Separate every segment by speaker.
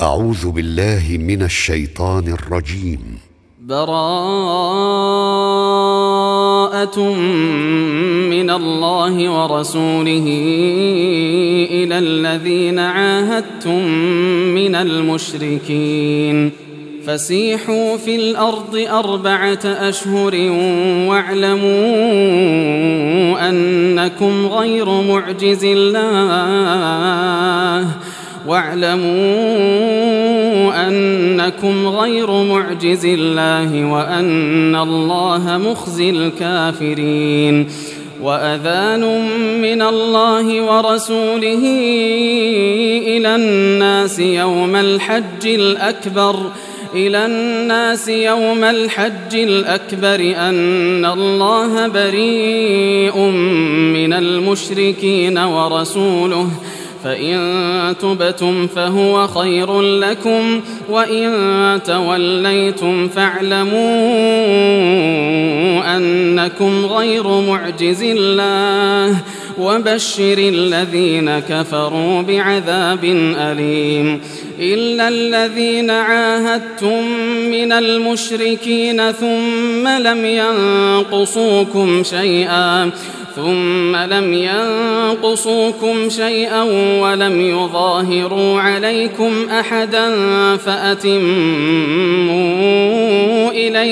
Speaker 1: أعوذ بالله من الشيطان الرجيم.
Speaker 2: براءة من الله ورسوله إلى الذين عاهدتم من المشركين فسيحوا في الأرض 4 أشهر واعلموا أنكم غير معجز الله وأن الله مخزي الكافرين. وأذان من الله ورسوله إلى الناس يوم الحج الأكبر أن الله بريء من المشركين ورسوله فإن تبتم فهو خير لكم وإن توليتم فاعلموا أنكم غير معجز الله وبشر الذين كفروا بعذاب أليم. إلا الذين عاهدتم من المشركين ثم لم ينقصوكم شيئا ولم يظاهروا عليكم أحدا فأتموا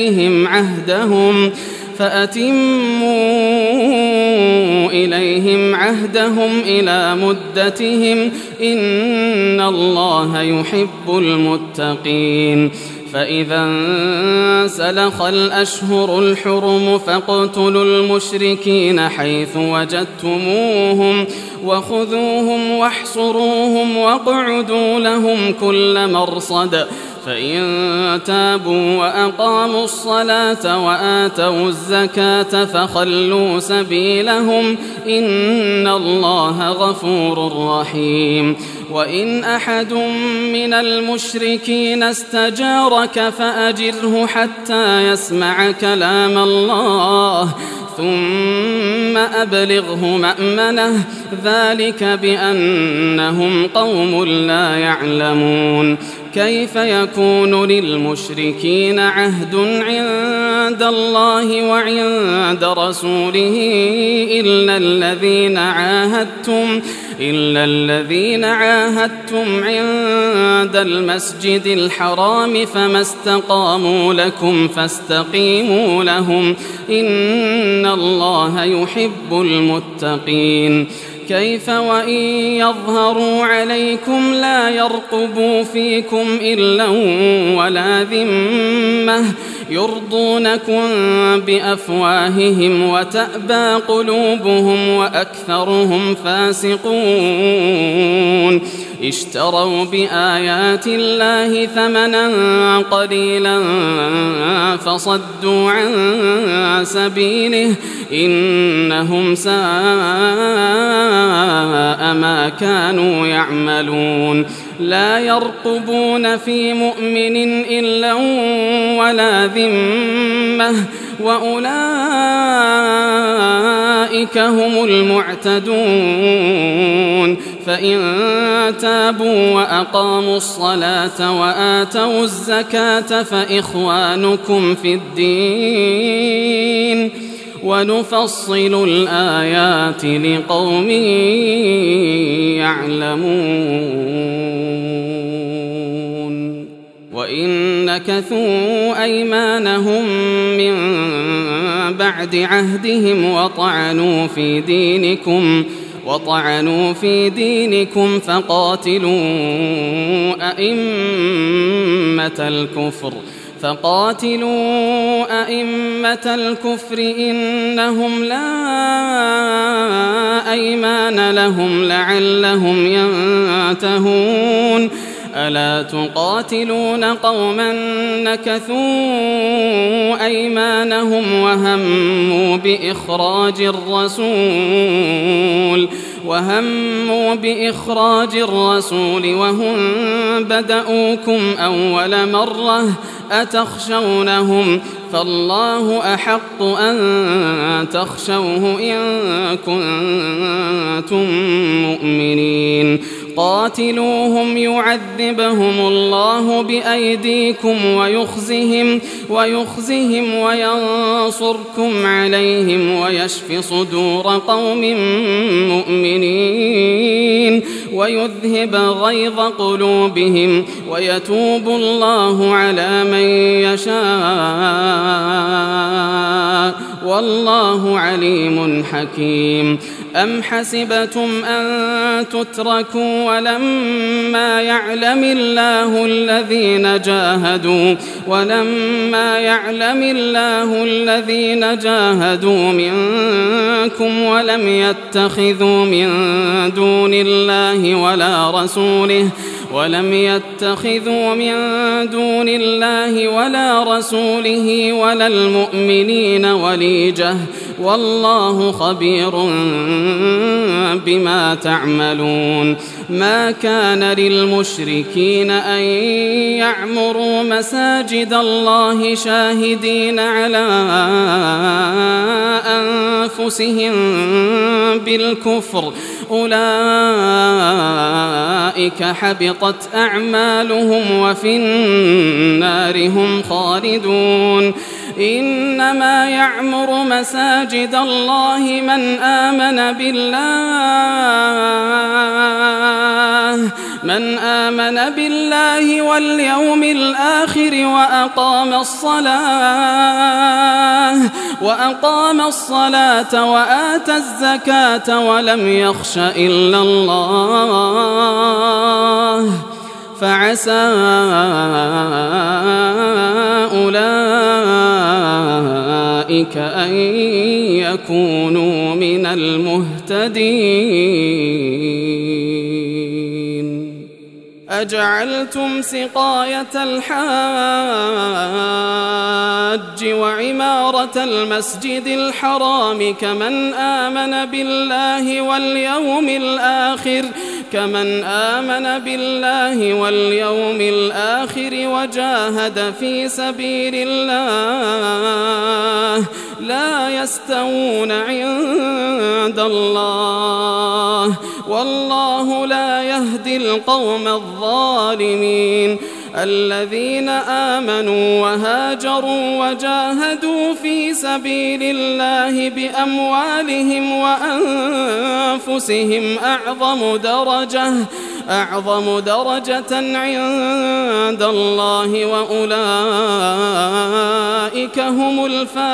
Speaker 2: إليهم عهدهم إلى مدتهم إن الله يحب المتقين. فإذا انسلخ الأشهر الحرم فاقتلوا المشركين حيث وجدتموهم وخذوهم واحصروهم واقعدوا لهم كل مرصد فإن تابوا وأقاموا الصلاة وآتوا الزكاة فخلوا سبيلهم إن الله غفور رحيم. وإن أحد من المشركين استجارك فأجره حتى يسمع كلام الله ثم أبلغه مأمنه ذلك بأنهم قوم لا يعلمون. كيف يكون للمشركين عهد عند الله وعند رسوله إلا الذين عاهدتم عند المسجد الحرام فما استقاموا لكم فاستقيموا لهم إن الله يحب المتقين. كيف وإن يظهروا عليكم لا يرقبوا فيكم إلا ولا ذمة يرضونكم بأفواههم وتأبى قلوبهم وأكثرهم فاسقون. اشتروا بآيات الله ثمنا قليلا فصدوا عن سبيله إنهم ساء ما كانوا يعملون. لا يرقبون في مؤمن إلا ولا ذمة وأولئك هم المعتدون. فإن تابوا وأقاموا الصلاة وآتوا الزكاة فإخوانكم في الدين ونفصل الآيات لقوم يعلمون. وإن نكثوا أيمانهم من بعد عهدهم وطعنوا في دينكم فقاتلوا أئمة الكفر إنهم لا أيمان لهم لعلهم ينتهون. ألا تقاتلون قوما نكثوا أيمانهم وهموا بإخراج الرسول وهم بدأوكم أول مرة أتخشونهم فالله أحق أن تخشوه إن كنتم مؤمنين. قاتلوهم يعذبهم الله بأيديكم ويخزهم وينصركم عليهم ويشف صدور قوم مؤمنين ويذهب غيظ قلوبهم ويتوب الله على من يشاء والله عليم حكيم. أم حسبتم أن تتركوا ولما يعلم الله الذين جاهدوا منكم ولم يتخذوا من دون الله ولا رسوله ولا المؤمنين وليجة والله خبير بما تعملون. ما كان للمشركين أن يعمروا مساجد الله شاهدين على أنفسهم بالكفر أولئك حبطت أعمالهم وفي النار هم خالدون. إنما يعمر مساجد الله من آمن بالله واليوم الآخر وأقام الصلاة وآتى الزكاة ولم يخش إلا الله فعسى أولئك أن يكونوا من المهتدين. أجعلتم سقاية الحاج وعمارة المسجد الحرام كمن آمن بالله واليوم الآخر وجاهد في سبيل الله لا يستوون عند الله والله لا يهدي القوم الظالمين. الذين آمنوا وهاجروا وجاهدوا في سبيل الله بأموالهم وأنفسهم أعظم درجة عند الله وأولئك هم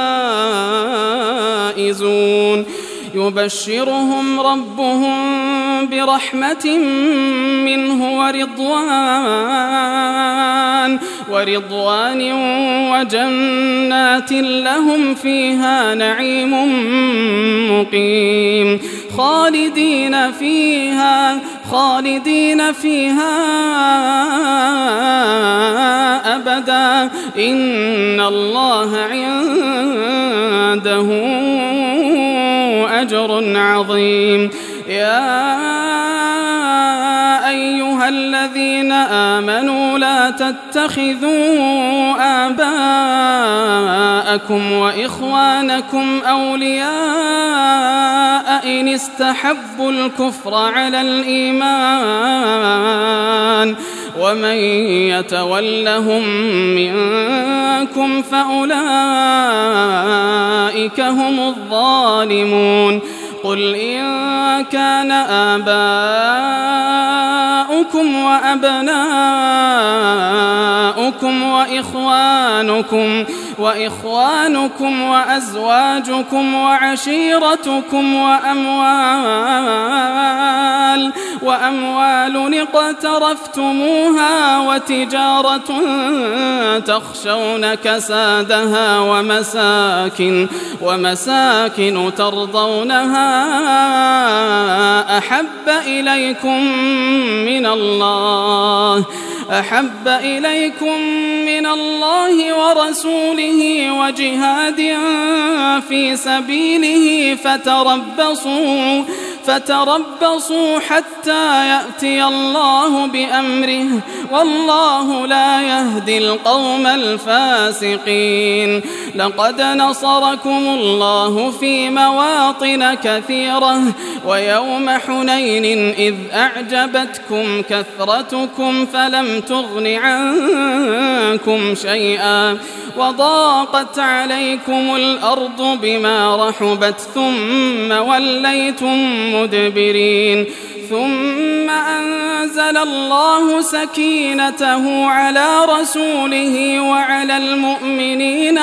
Speaker 2: الفائزون. يبشرهم ربهم برحمة منه ورضوان وجنات لهم فيها نعيم مقيم خالدين فيها أبدا إن الله عنده أجر عظيم. يا أيها الذين آمنوا لا تتخذوا آباءكم وإخوانكم أولياء إن استحبوا الكفر على الإيمان ومن يتولهم منكم فأولئك هم الظالمون. قل إن كان آباؤكم وأبناؤكم وإخوانكم وأزواجكم وعشيرتكم وأموال اقترفتموها وتجارة تخشون كسادها ومساكن ترضونها أحب إليكم من الله ورسوله فتربصوا حتى يأتي الله بأمره والله لا يهدي القوم الفاسقين. لقد نصركم الله في مواطن كثيرة ويوم حنين إذ أعجبتكم كثرتكم فلم تغن عنكم شيئا وضاقت عليكم الأرض بما رحبت ثم وليتم مدبرين. ثم أنزل الله سكينته على رسوله وعلى المؤمنين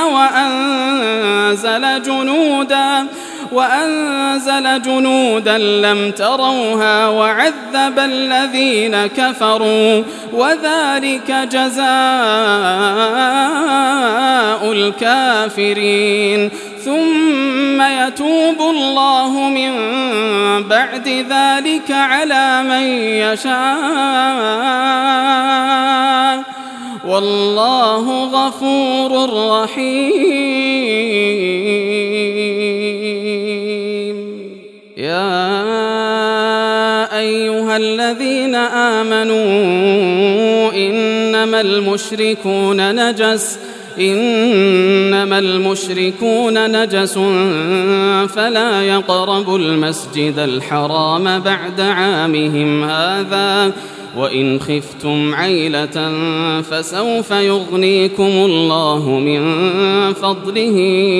Speaker 2: وأنزل جنودا لم تروها وعذب الذين كفروا وذلك جزاء الكافرين. ثم يتوب الله من بعد ذلك على من يشاء والله غفور رحيم. يا أيها الذين آمنوا إنما المشركون نجس فلا يقربوا المسجد الحرام بعد عامهم هذا وإن خفتم عيلة فسوف يغنيكم الله من فضله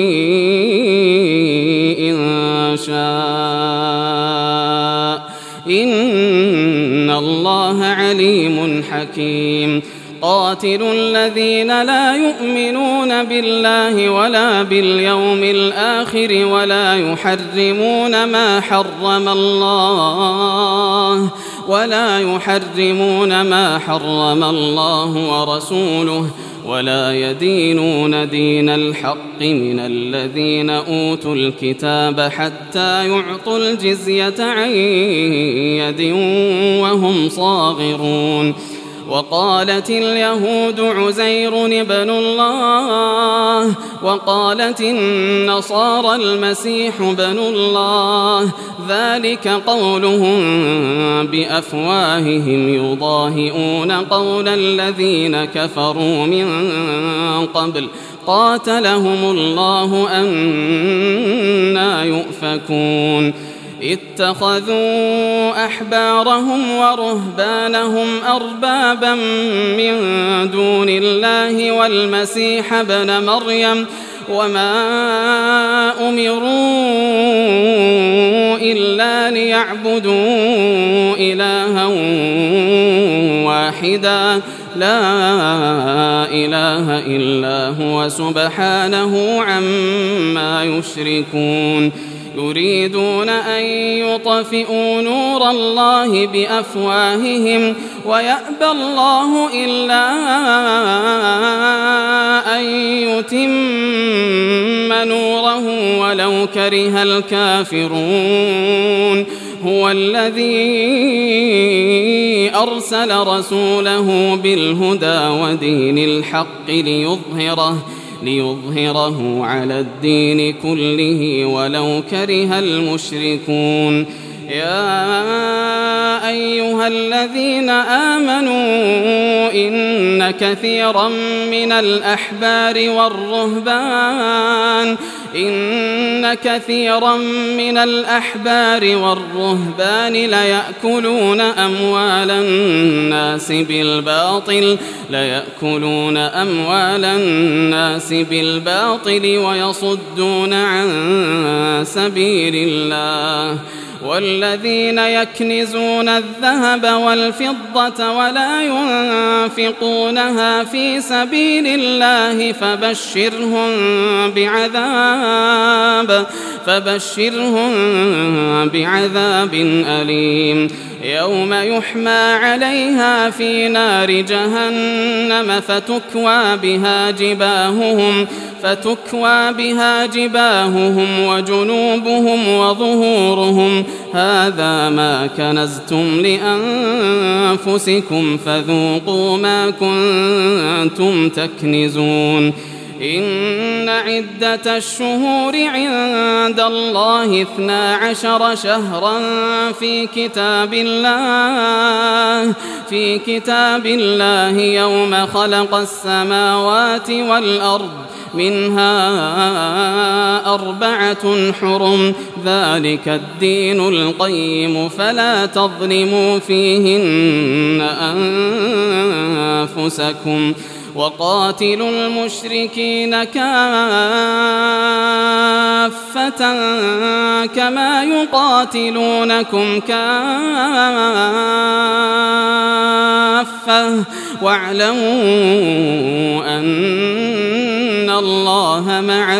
Speaker 2: إن شاء إن الله عليم حكيم. قاتلوا الذين لا يؤمنون بالله ولا باليوم الآخر ولا يحرمون ما حرم الله ورسوله ولا يدينون دين الحق من الذين أوتوا الكتاب حتى يعطوا الجزية عن يد وهم صاغرون. وقالت اليهود عزير ابن الله وقالت النصارى المسيح ابن الله ذلك قولهم بأفواههم يضاهئون قول الذين كفروا من قبل قاتلهم الله أنى يؤفكون. اتخذوا أحبارهم ورهبانهم أربابا من دون الله والمسيح ابن مريم وما أمروا إلا ليعبدوا إلها واحدا لا إله إلا هو سبحانه عما يشركون. يريدون أن يطفئوا نور الله بأفواههم ويأبى الله إلا أن يتم نوره ولو كره الكافرون. هو الذي أرسل رسوله بالهدى ودين الحق ليظهره على الدين كله ولو كره المشركون. يا أيها الذين آمنوا إن كثيرا من الأحبار والرهبان ليأكلون أموال الناس بالباطل ويصدون عن سبيل الله. والذين يكنزون الذهب والفضة ولا ينفقونها في سبيل الله فبشرهم بعذاب أليم. يوم يحمى عليها في نار جهنم فتكوى بها جباههم وجنوبهم وظهورهم هذا ما كنزتم لأنفسكم فذوقوا ما كنتم تكنزون. إن عدة الشهور عند الله 12 شهرا في كتاب الله يوم خلق السماوات والأرض منها 4 حرم ذلك الدين القيم فلا تظلموا فيهن أنفسكم وقاتلوا المشركين كافة كما يقاتلونكم كافة واعلموا أن الله مع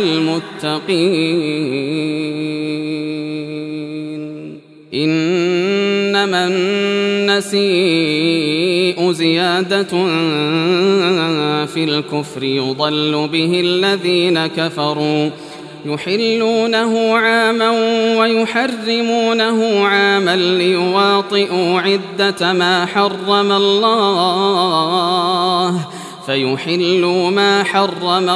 Speaker 2: المتقين إنما النسيء زيادة في الكفر يضل به الذين كفروا يحلونه عاما ويحرمونه عاما ليواطئوا عدة ما حرم الله فيحلوا ما حرم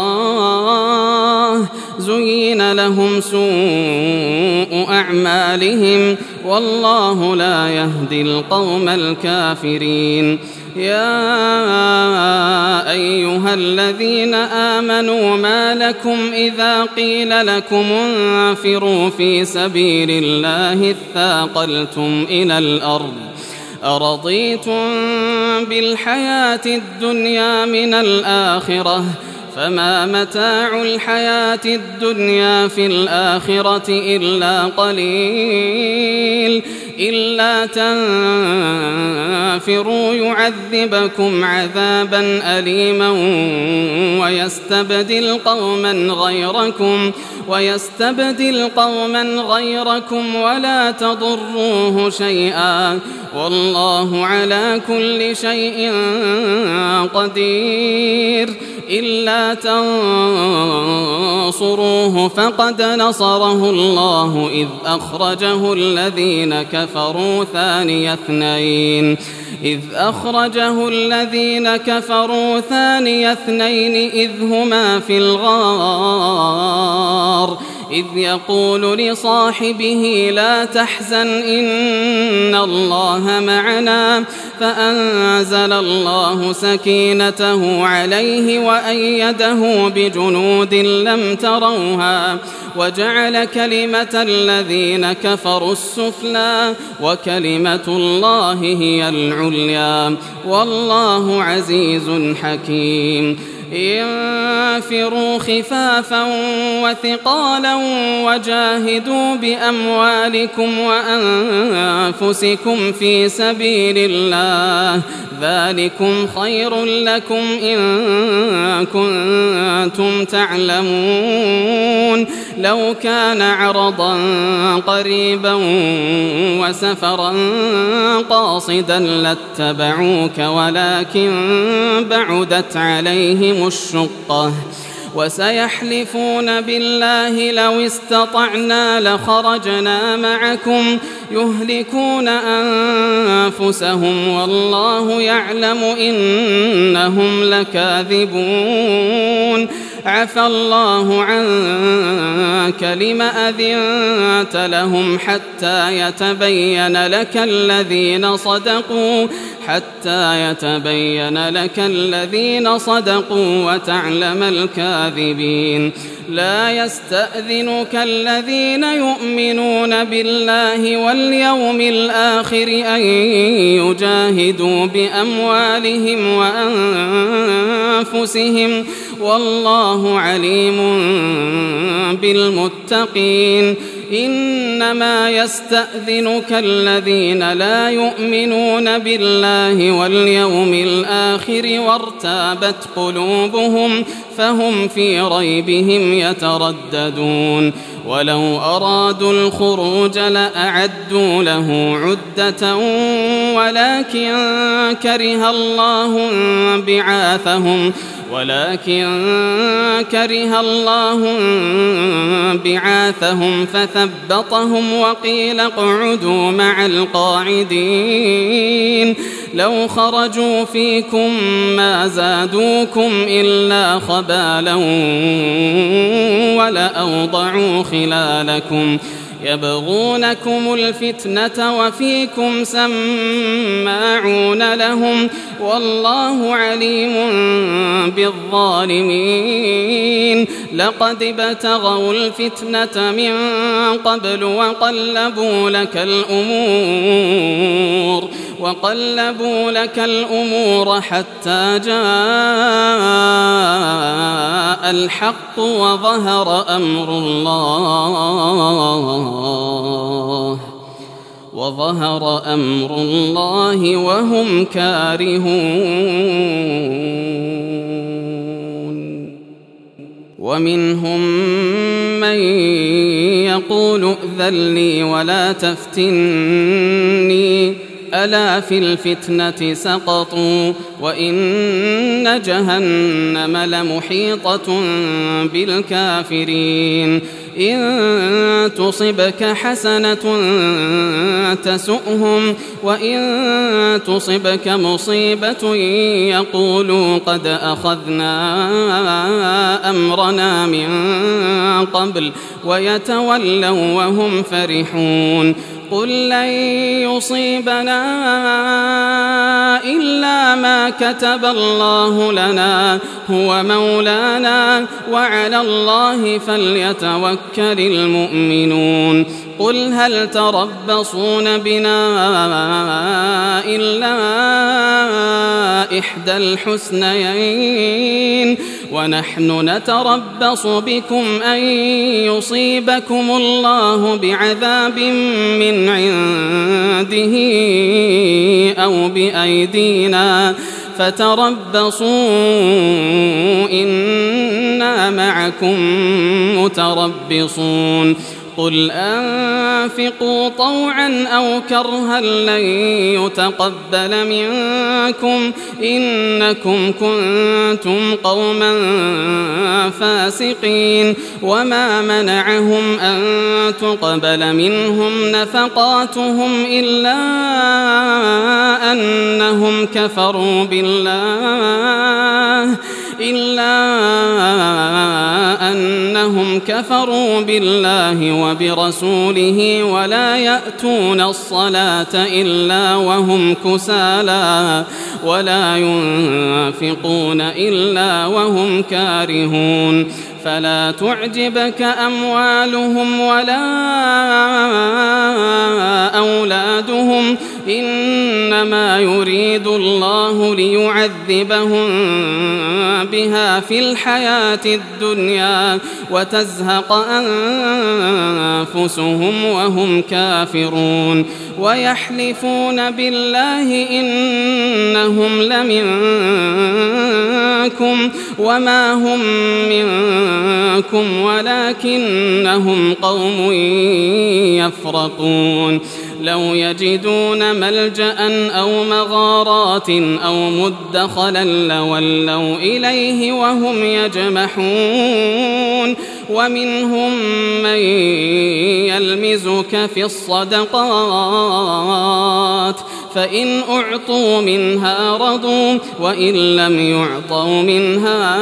Speaker 2: الله زين لهم سوء أعمالهم والله لا يهدي القوم الكافرين يا أيها الذين آمنوا ما لكم إذا قيل لكم انفروا في سبيل الله اثاقلتم إلى الأرض أرضيتم بالحياة الدنيا من الآخرة فما متاع الحياة الدنيا في الآخرة إلا قليل إلا تنفروا يعذبكم عذابا أليما ويستبدل قوما غيركم ولا تضروه شيئا والله على كل شيء قدير إلا تنصروه فقد نصره الله إذ أخرجه الذين كفروا ثاني اثنين إذ هما في الغار إذ يقول لصاحبه لا تحزن إن الله معنا فأنزل الله سكينته عليه وأيده بجنود لم تروها وجعل كلمة الذين كفروا السفلى وكلمة الله هي العليا والله عزيز حكيم انفروا خفافا وثقالا وجاهدوا بأموالكم وأنفسكم في سبيل الله ذلكم خير لكم إن كنتم تعلمون لو كان عرضا قريبا وسفرا قاصدا لاتبعوك ولكن بعدت عليهم الشقة وسيحلفون بالله لو استطعنا لخرجنا معكم يهلكون أنفسهم والله يعلم إنهم لكاذبون عفى الله عنك لم أذنت لهم حتى يتبين لك الذين صدقوا وتعلم الكاذبين لا يستأذنك الذين يؤمنون بالله واليوم الآخر أن يجاهدوا بأموالهم وأنفسهم والله عليم بالمتقين إنما يستأذنك الذين لا يؤمنون بالله واليوم الآخر وارتابت قلوبهم فهم في ريبهم يترددون ولو أرادوا الخروج لأعدوا له عدة ولكن كره الله بعاثهم فثبطهم وقيل اقعدوا مع القاعدين لو خرجوا فيكم ما زادوكم إلا خبالا ولأوضعوا خلالكم يبغونكم الفتنة وفيكم سماعون لهم والله عليم بالظالمين لقد ابتغوا الفتنة من قبل وقلبوا لك الأمور حتى جاء الحق وظهر أمر الله وهم كارهون ومنهم من يقول ائذن لي ولا تفتني ألا في الفتنة سقطوا وإن جهنم لمحيطة بالكافرين إن تصبك حسنة تسؤهم وإن تصبك مصيبة يقولوا قد أخذنا أمرنا من قبل ويتولوا وهم فرحون قل لن يصيبنا إلا ما كتب الله لنا هو مولانا وعلى الله فليتوكل المؤمنون قل هل تربصون بنا إلا إحدى الحسنيين ونحن نتربص بكم أن يصيبكم الله بعذاب من عنده أو بأيدينا فتربصوا إنا معكم متربصون قل أنفقوا طوعا أو كرها لن يتقبل منكم إنكم كنتم قوما فاسقين وما منعهم أن تقبل منهم نفقاتهم إلا أنهم كفروا بالله وبرسوله ولا يأتون الصلاة إلا وهم كسالى ولا ينفقون إلا وهم كارهون فلا تعجبك أموالهم ولا أولادهم إنما يريد الله ليعذبهم بها في الحياة الدنيا وتزهق أنفسهم وهم كافرون ويحلفون بالله إنهم لمنكم وما هم منكم ولكنهم قوم يفرقون لو يجدون ملجأ أو مغارات أو مدخلا لولوا إليه وهم يجمحون ومنهم من يلمزك في الصدقات فإن أعطوا منها رضوا وإن لم يعطوا منها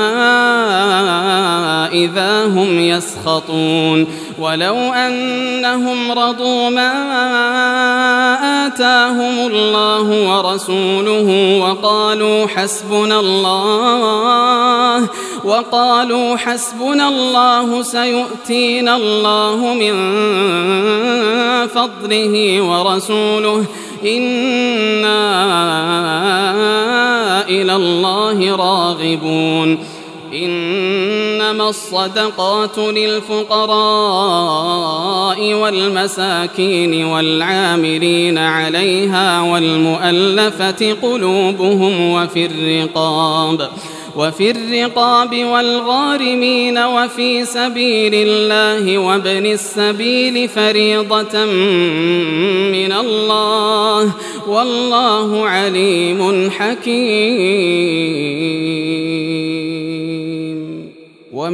Speaker 2: إذا هم يسخطون ولو أنهم رضوا ما آتاهم الله ورسوله وقالوا حسبنا الله سيؤتينا الله من فضله ورسوله إنا إلى الله راغبون إنما الصدقات للفقراء والمساكين والعاملين عليها والمؤلفة قلوبهم وفي الرقاب والغارمين وفي سبيل الله وابن السبيل فريضة من الله والله عليم حكيم.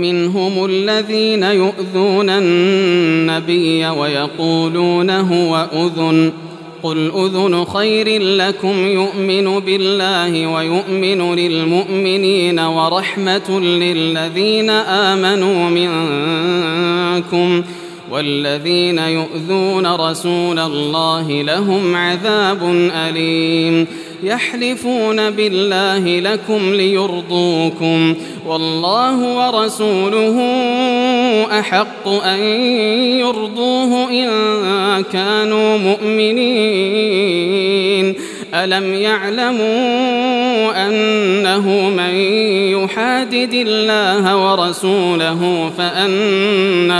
Speaker 2: ومنهم الذين يؤذون النبي ويقولون هو أذن قل أذن خير لكم يؤمن بالله ويؤمن للمؤمنين ورحمة للذين آمنوا منكم والذين يؤذون رسول الله لهم عذاب أليم يحلفون بالله لكم ليرضوكم والله ورسوله أحق أن يرضوه إن كانوا مؤمنين ألم يعلموا أنه من يحادد الله ورسوله فأن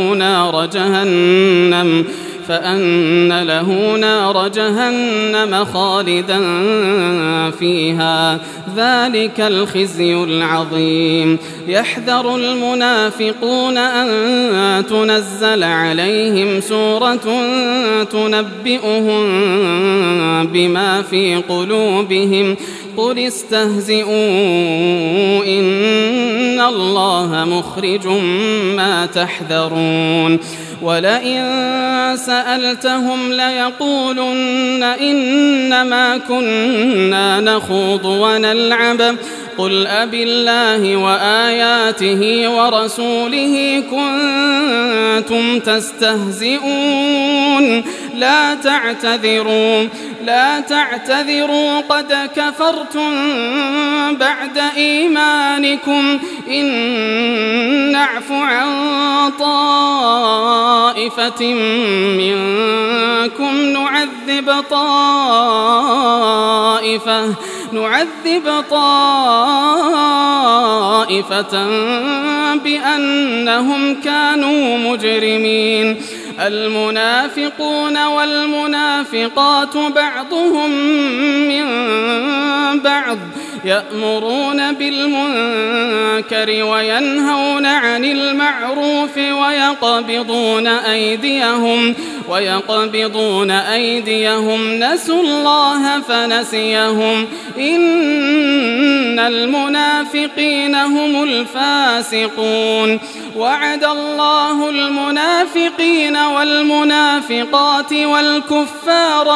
Speaker 2: له نار جهنم خالدا فيها ذلك الخزي العظيم يحذر المنافقون أن تنزل عليهم سورة تنبئهم بما في قلوبهم قل استهزئوا إن الله مخرج ما تحذرون ولئن سألتهم ليقولن إنما كنا نخوض ونلعب قل أبالله وآياته ورسوله كنتم تستهزئون لا تعتذروا قد كفرتم بعد إيمانكم إن نعف عن طائفة منكم نعذب طائفة بأنهم كانوا مجرمين المنافقون والمنافقات بعضهم من بعض يأمرون بالمنكر وينهون عن المعروف ويقبضون أيديهم نسوا الله فنسيهم إن المنافقين هم الفاسقون وعد الله المنافقين والمنافقات والكفار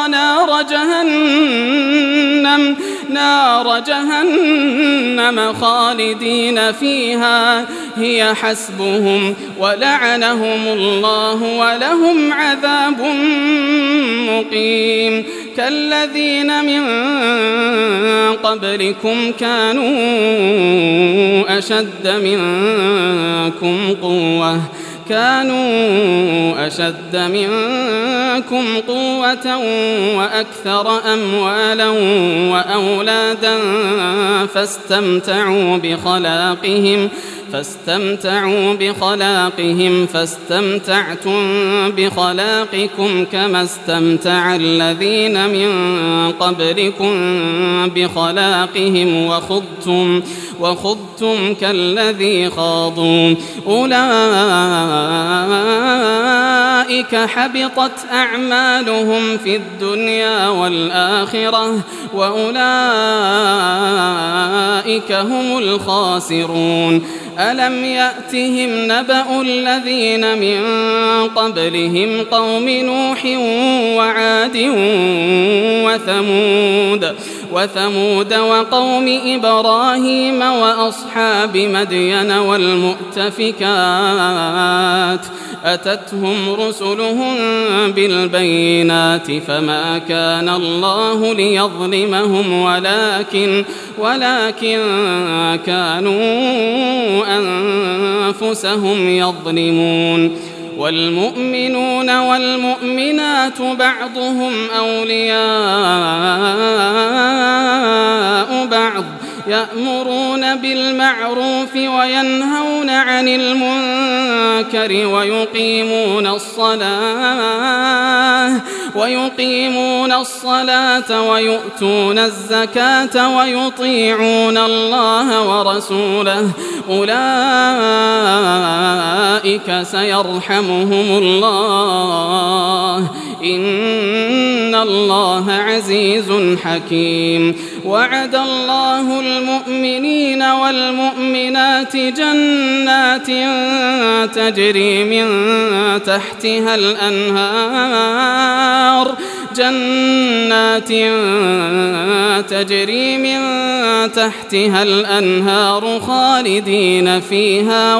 Speaker 2: نار جهنم خالدين فيها هي حسبهم ولعنهم الله ولهم عذاب مقيم كالذين من قبلكم كانوا أشد منكم قوة وأكثر أموالا وأولادا فاستمتعوا بخلاقهم فاستمتعتم بخلاقكم كما استمتع الذين من قبلكم بخلاقهم وخضتم كالذي خاضوا أولئك حبطت أعمالهم في الدنيا والآخرة وأولئك هم الخاسرون ألم يأتهم نبأ الذين من قبلهم قوم نوح وعاد وثمود وقوم إبراهيم وأصحاب مدين والمؤتفكات أتتهم رسلهم بالبينات فما كان الله ليظلمهم ولكن كانوا أنفسهم يظلمون والمؤمنون والمؤمنات بعضهم أولياء بعض يأمرون بالمعروف وينهون عن المنكر ويقيمون الصلاة ويؤتون الزكاة ويطيعون الله ورسوله أولئك سيرحمهم الله إن الله عزيز حكيم وعد الله المؤمنين والمؤمنات جنات تجري من تحتها الأنهار خالدين فيها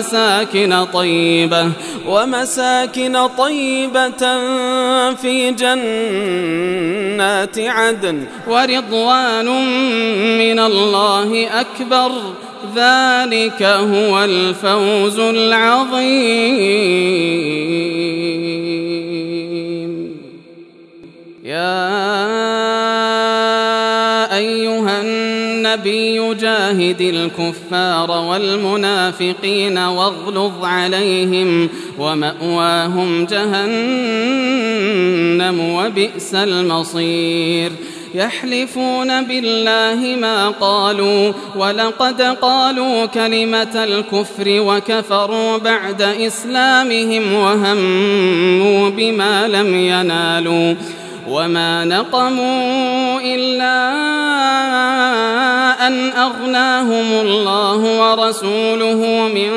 Speaker 2: ومساكن طيبة في جنات عدن ورضوان من الله أكبر ذلك هو الفوز العظيم. يا أيها النبي جاهد الكفار والمنافقين واغلظ عليهم ومأواهم جهنم وبئس المصير. يحلفون بالله ما قالوا ولقد قالوا كلمة الكفر وكفروا بعد إسلامهم وهموا بما لم ينالوا وما نقموا إلا أن أغناهم الله ورسوله من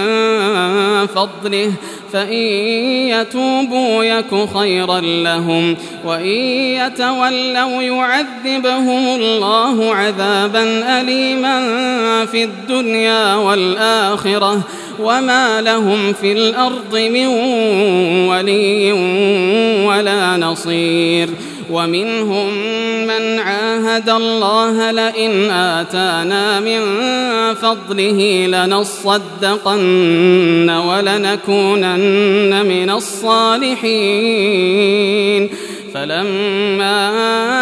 Speaker 2: فضله فإن يتوبوا يك خيرا لهم وإن يتولوا يعذبهم الله عذابا أليما في الدنيا والآخرة وما لهم في الأرض من ولي ولا نصير. ومنهم من عاهد الله لئن آتانا من فضله لنصدقن ولنكونن من الصالحين فلما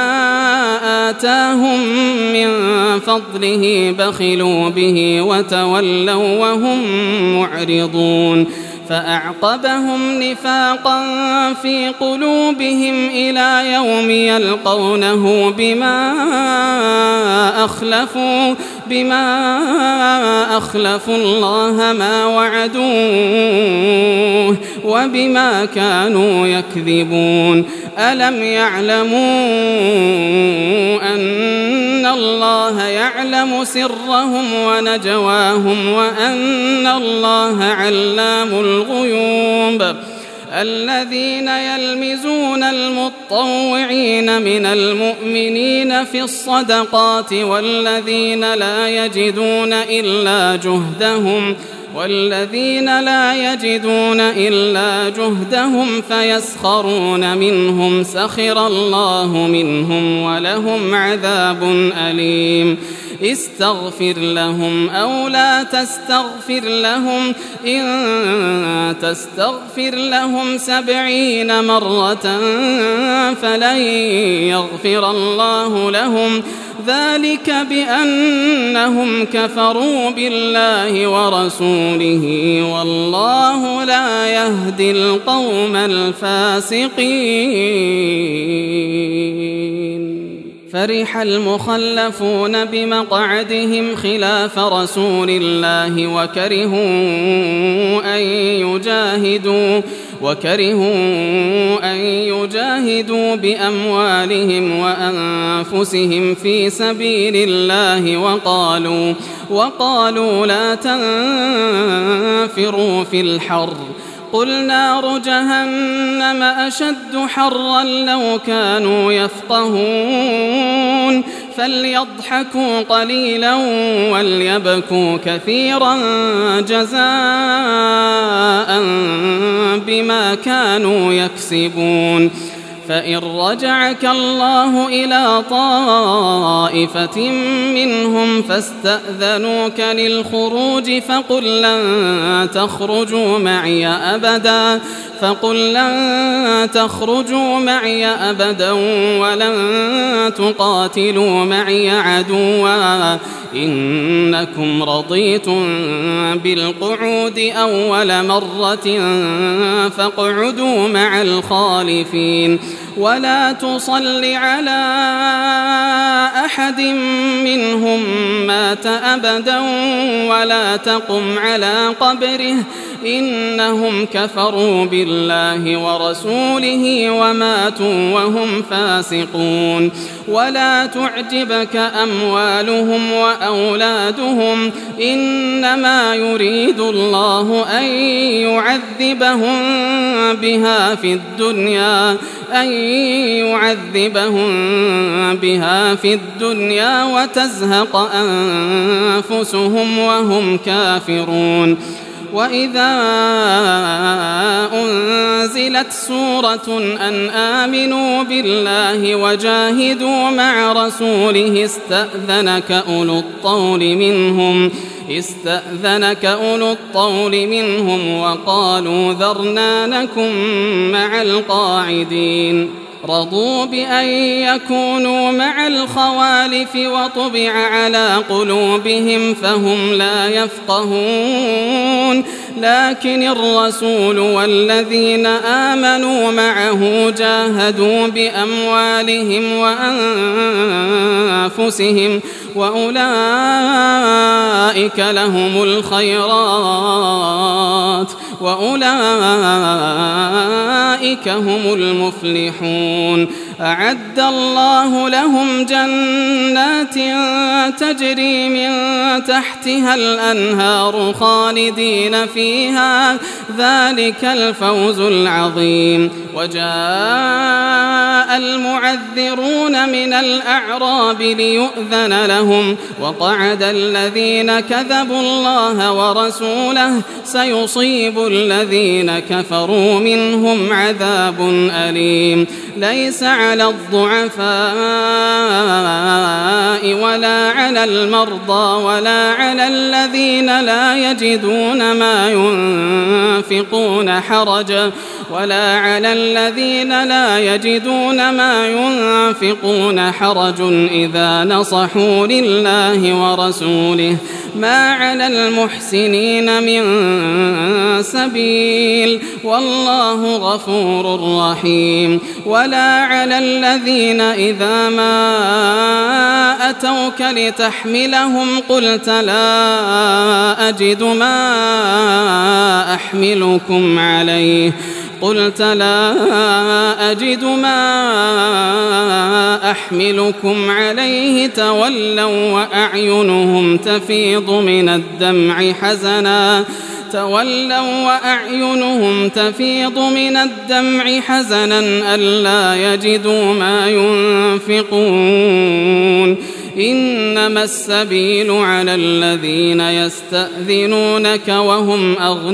Speaker 2: آتاهم من فضله بخلوا به وتولوا وهم معرضون فأعقبهم نفاقا في قلوبهم إلى يوم يلقونه بما أخلفوا الله ما وعدوه وبما كانوا يكذبون. ألم يعلموا أن الله يعلم سرهم ونجواهم وأن الله علام الغيوب. الذين يلمزون المطوعين من المؤمنين في الصدقات والذين لا يجدون إلا جهدهم فيسخرون منهم سخر الله منهم ولهم عذاب أليم. استغفر لهم أو لا تستغفر لهم إن تستغفر لهم 70 مرة فلن يغفر الله لهم ذلك بأنهم كفروا بالله ورسوله والله لا يهدي القوم الفاسقين. فرح المخلفون بمقعدهم خلاف رسول الله وكرهوا أن يجاهدوا بأموالهم وأنفسهم في سبيل الله وقالوا لا تنفروا في الحر قل نار جهنم أشد حرا لو كانوا يفقهون فليضحكوا قليلا وليبكوا كثيرا جزاء بما كانوا يكسبون. فإن رجعك الله إلى طائفة منهم فاستأذنوك للخروج فقل لن تخرجوا معي أبدا ولن تقاتلوا معي عدوا إنكم رضيتم بالقعود أول مرة فاقعدوا مع الخالفين ولا تصل على أحد منهم مات أبدا ولا تقم على قبره إنهم كفروا بالله ورسوله وماتوا وهم فاسقون. ولا تعجبك أموالهم وأولادهم إنما يريد الله أن يعذبهم بها في الدنيا وتزهق أنفسهم وهم كافرون. وإذا أنزلت سورة أن آمنوا بالله وجاهدوا مع رسوله استأذنك أولو الطول منهم وقالوا ذرنا نكن مع القاعدين. رضوا بأن يكونوا مع الخوالف وطبع على قلوبهم فهم لا يفقهون. لكن الرسول والذين آمنوا معه جاهدوا بأموالهم وأنفسهم وأولئك لهم الخيرات وأولئك هم المفلحون. أعد الله لهم جنات تجري من تحتها الأنهار خالدين فيها ذلك الفوز العظيم. وجاء المعذرون من الأعراب ليؤذن لهم وقعد الذين كذبوا الله ورسوله سيصيب الذين كفروا منهم عذاب أليم. ليس على الضعفاء ولا على المرضى ولا على الذين لا يجدون ما ينفقون حرج إذا نصحوا لله ورسوله ما على المحسنين من سبيل والله غفور رحيم. ولا على الذين إذا ما أتوك لتحملهم قلت لا أجد ما أحملكم عليه تولوا وأعينهم تفيض من الدمع حزنا ألا يجدوا ما ينفقون. إنما السبيل على الذين يستأذنونك وهم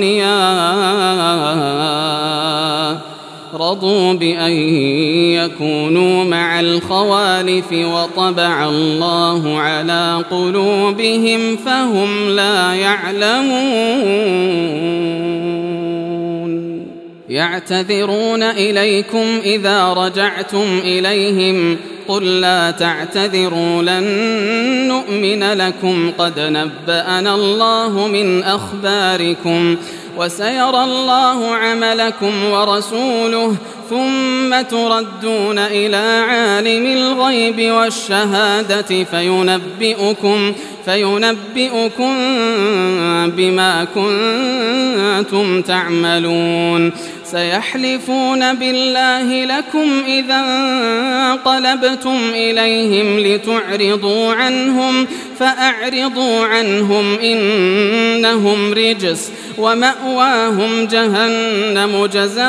Speaker 2: أغنياء رضوا بأن يكونوا مع الخوالف وطبع الله على قلوبهم فهم لا يعلمون. يعتذرون إليكم إذا رجعتم إليهم قل لا تعتذروا لن نؤمن لكم قد نبأنا الله من أخباركم وسيرى الله عملكم ورسوله ثم تردون إلى عالم الغيب والشهادة فينبئكم بما كنتم تعملون. سيحلفون بالله لكم إذا انقلبتم إليهم لتعرضوا عنهم فأعرضوا عنهم إنهم رجس ومأواهم جهنم جزاء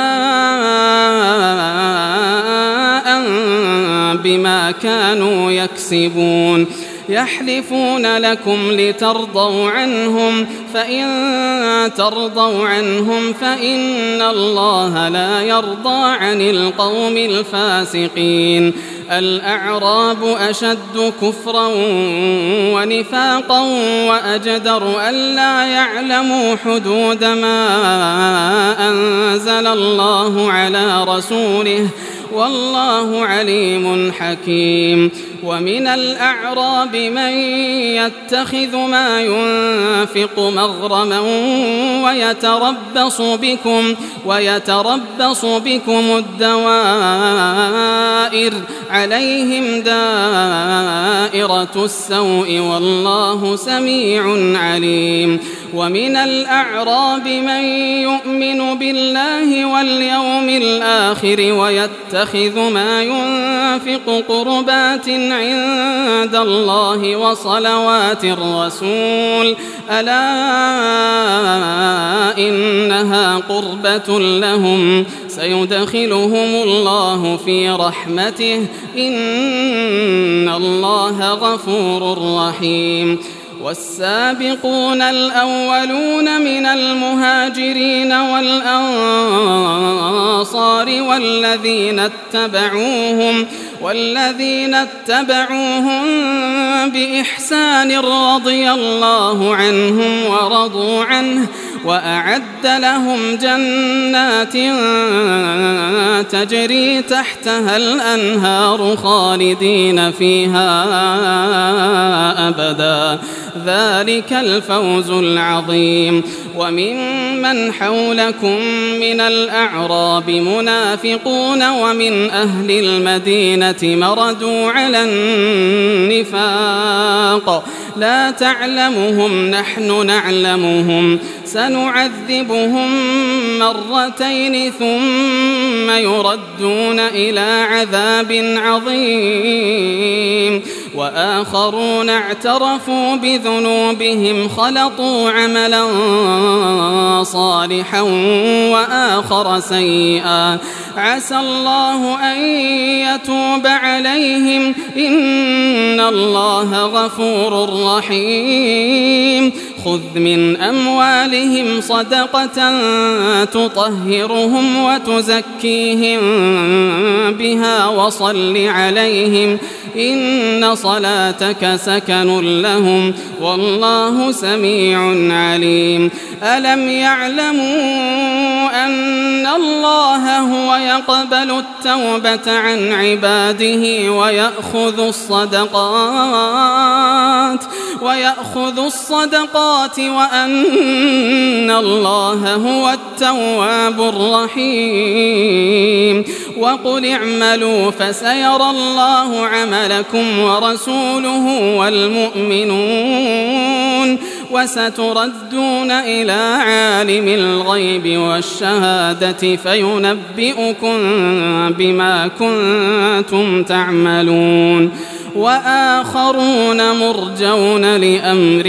Speaker 2: بما كانوا يكسبون. يحلفون لكم لترضوا عنهم فإن ترضوا ونههم فإن الله لا يرضى عن القوم الفاسقين. الأعراب أشد كفرا ونفاقا وأجدر ألا يعلموا حدود ما أنزل الله على رسوله والله عليم حكيم. ومن الأعراب من يتخذ ما ينفق مغرما ويتربص بكم الدوائر عليهم دائرة السوء والله سميع عليم ومن الأعراب من يؤمن بالله واليوم الآخر ويتخذ ما ينفق قربات عند الله وصلوات الرسول ألا إنها قربة لهم سيدخلهم الله في رحمته إن الله غفور رحيم والسابقون الأولون من المهاجرين والأنصار والذين اتبعوهم بإحسان رضي الله عنهم ورضوا عنه وأعد لهم جنات تجري تحتها الأنهار خالدين فيها أبدا ذلك الفوز العظيم وممن حولكم من الأعراب منافقون ومن أهل المدينة مردوا على النفاق لا تعلمهم نحن نعلمهم سنعذبهم مرتين ثم يردون إلى عذاب عظيم وآخرون اعترفوا بذنوبهم خلطوا عملا صالحا وآخر سيئا عسى الله أن يتوب عليهم إن الله غفور رحيم خذ من أموالهم صدقة تطهرهم وتزكيهم بها وصل عليهم إن صلاتك سكن لهم والله سميع عليم ألم يعلموا أن الله هو يقبل التوبة عن عباده ويأخذ الصدقات وأن الله هو التواب الرحيم وقل اعملوا فسيرى الله عملكم ورسوله والمؤمنون وستردون إلى عالم الغيب والشهادة فينبئكم بما كنتم تعملون وآخرون مرجون لأمر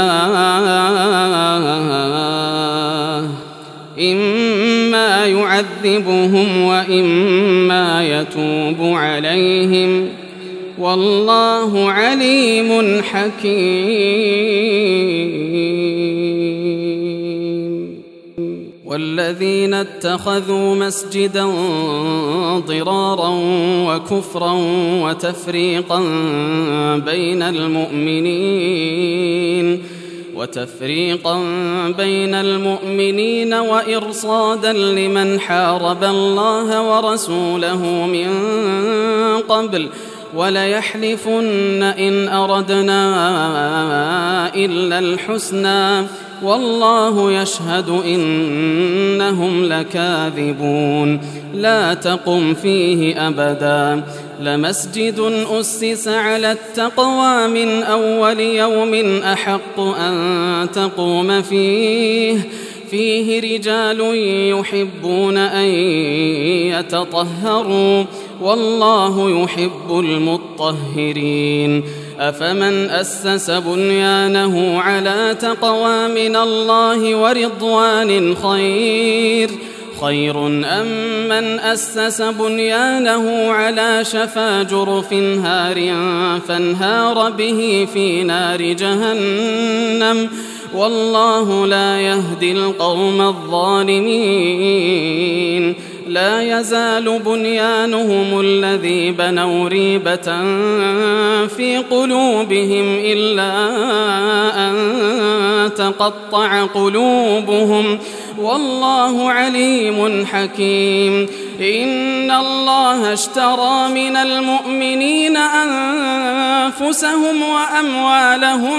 Speaker 2: الله إما يعذبهم وإما يتوب عليهم والله عليم حكيم والذين اتخذوا مسجدا ضرارا وكفرا وتفريقا بين المؤمنين وإرصادا لمن حارب الله ورسوله من قبل وليحلفن إن أردنا إلا الحسنى والله يشهد إنهم لكاذبون لا تقم فيه أبدا لمسجد أسس على التقوى من أول يوم أحق أن تقوم فيه رجال يحبون أن يتطهروا والله يحب المطهرين أفمن أسس بنيانه على تقوى من الله ورضوان خير أم من أسس بنيانه على شفا جرف هار فانهار به في نار جهنم والله لا يهدي القوم الظالمين لا يزال بنيانهم الذي بنوا ريبة في قلوبهم إلا أن تقطع قلوبهم والله عليم حكيم. إن الله اشترى من المؤمنين أنفسهم وأموالهم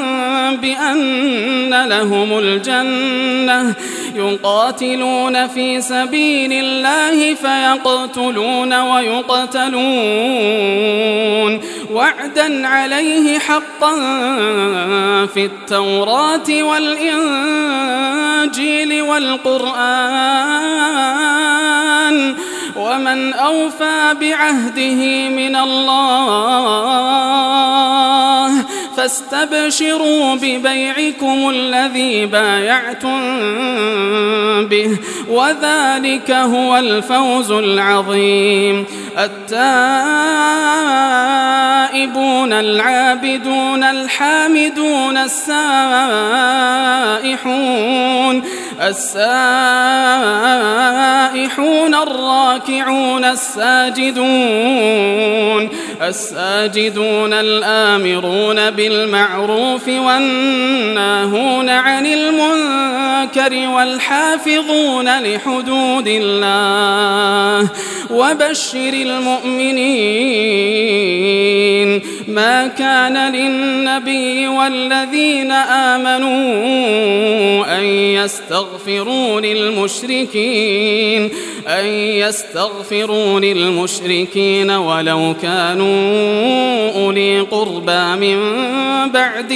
Speaker 2: بأن لهم الجنة يقاتلون في سبيل الله فيقتلون ويقتلون وعدا عليه حقا في التوراة والإنجيل والقرآن ومن أوفى بعهده من الله فاستبشروا ببيعكم الذي بايعتم به وذلك هو الفوز العظيم. التائبون العابدون الحامدون السائحون الراكعون الساجدون الآمرون بالمعروف والناهون عن المنكر والحافظون لحدود الله وبشر المؤمنين. ما كان للنبي والذين آمنوا أن يستغفروا للمشركين ولو كانوا أولي قربى من بعد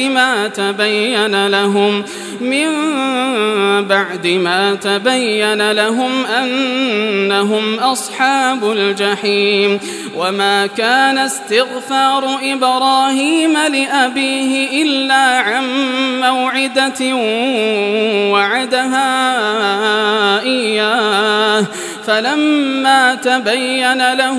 Speaker 2: ما تبين لهم أنهم أصحاب الجحيم. وما كان استغفار إبراهيم لأبيه إلا عن موعدة وعدها إياه فلما تبين له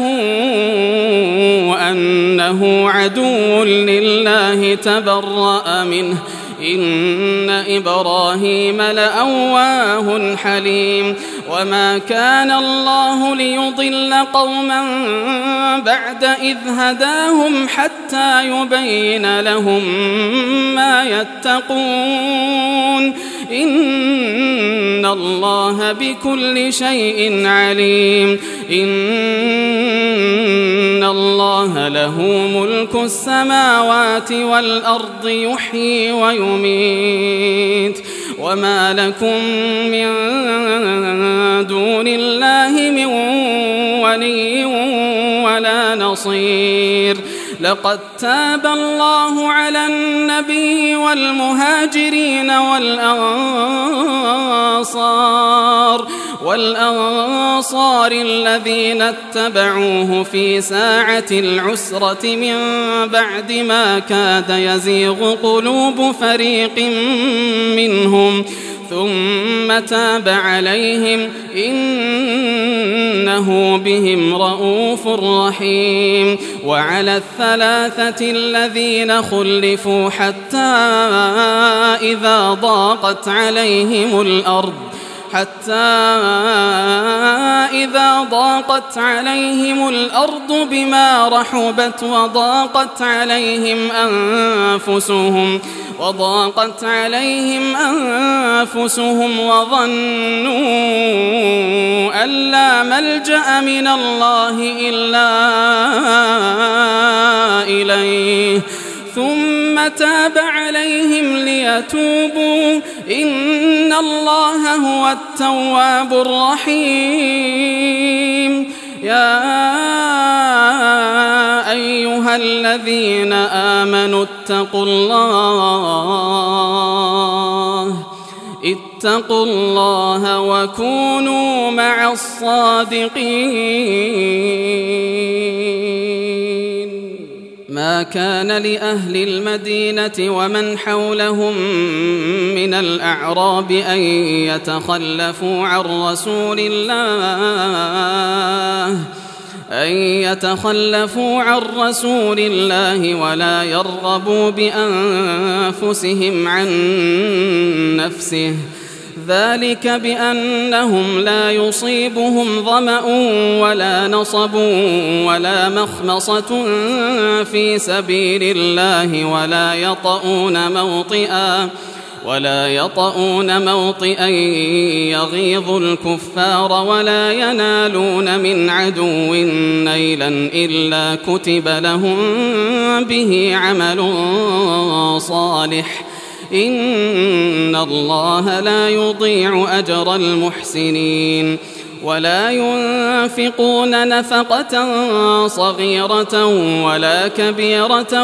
Speaker 2: أنه عدو لله تبرأ منه إن إبراهيم لأواه حليم. وما كان الله ليضل قوما بعد إذ هداهم حتى يبين لهم ما يتقون إن الله بكل شيء عليم. إن الله له ملك السماوات والأرض يحيي ويميت وما لكم من دون الله من ولي ولا نصير. لقد تاب الله على النبي والمهاجرين والأنصار الذين اتبعوه في ساعة العسرة من بعد ما كاد يزيغ قلوب فريق منهم ثم تاب عليهم إنه بهم رؤوف رحيم. وعلى الثلاثة الذين خلفوا حتى إذا ضاقت عليهم الأرض بما رحبت وضاقت عليهم أنفسهم وظنوا أن لا ملجأ من الله إلا إليه ثم تاب عليهم ليتوبوا إن الله هو التواب الرحيم. يا أيها الذين آمنوا اتقوا الله وكونوا مع الصادقين. ما كان لأهل المدينة ومن حولهم من الأعراب أن يتخلفوا عن رسول الله ولا يرغبوا بأنفسهم عن نفسه ذلك بأنهم لا يصيبهم ظمأ ولا نصب ولا مخمصة في سبيل الله ولا يطؤون موطئا يغيظ الكفار ولا ينالون من عدو نيلا إلا كتب لهم به عمل صالح إن الله لا يضيع أجر المحسنين ولا ينفقون نفقة صغيرة ولا كبيرة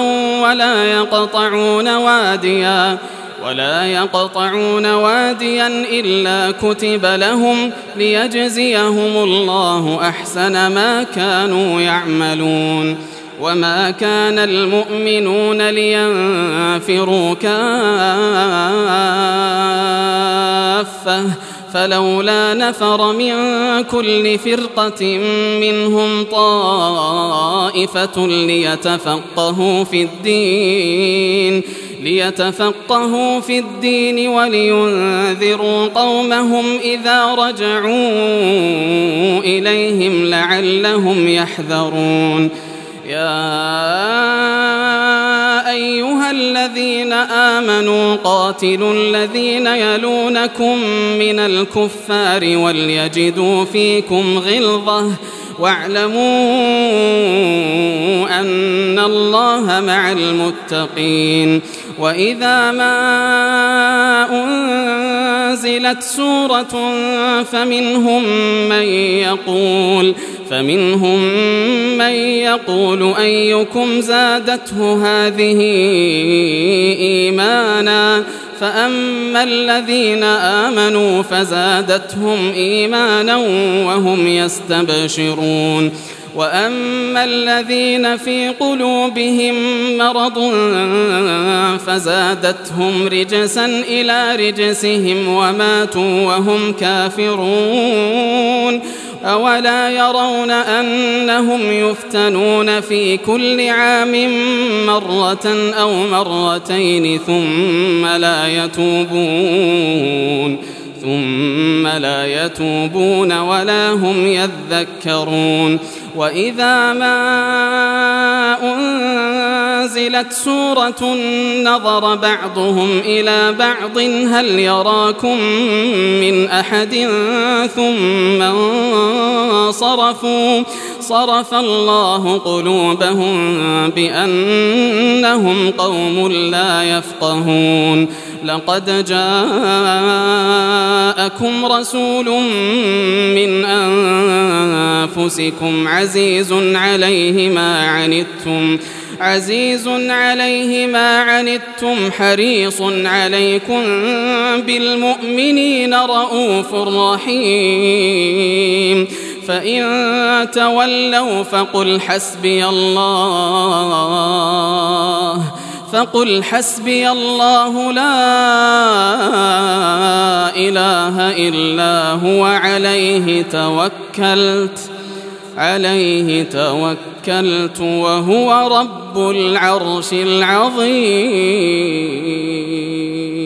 Speaker 2: ولا يقطعون واديا إلا كتب لهم ليجزيهم الله أحسن ما كانوا يعملون وما كان المؤمنون لينفروا كافة فلولا نفر من كل فرقة منهم طائفة ليتفقهوا في الدين ولينذروا قومهم إذا رجعوا إليهم لعلهم يحذرون يا أيها الذين آمنوا قاتلوا الذين يلونكم من الكفار وليجدوا فيكم غلظة واعلموا أن الله مع المتقين وإذا ما أنزلت سورة فمنهم من يقول أيكم زادته هذه إيمانا فأما الذين آمنوا فزادتهم إيمانا وهم يستبشرون وأما الذين في قلوبهم مرض فزادتهم رجسا إلى رجسهم وماتوا وهم كافرون أولا يرون أنهم يفتنون في كل عام مرة أو مرتين ثم لا يتوبون ولا هم يذكرون وإذا ما أنزلت سورة نظر بعضهم إلى بعض هل يراكم من أحد ثم صرف الله قلوبهم بأنهم قوم لا يفقهون لقد جاءكم رسول من أنفسكم عزيز عليه ما عنتم حريص عليكم بالمؤمنين رؤوف رحيم فإن تولوا فقل حسبي الله لا إله إلا هو عليه توكلت وهو رب العرش العظيم.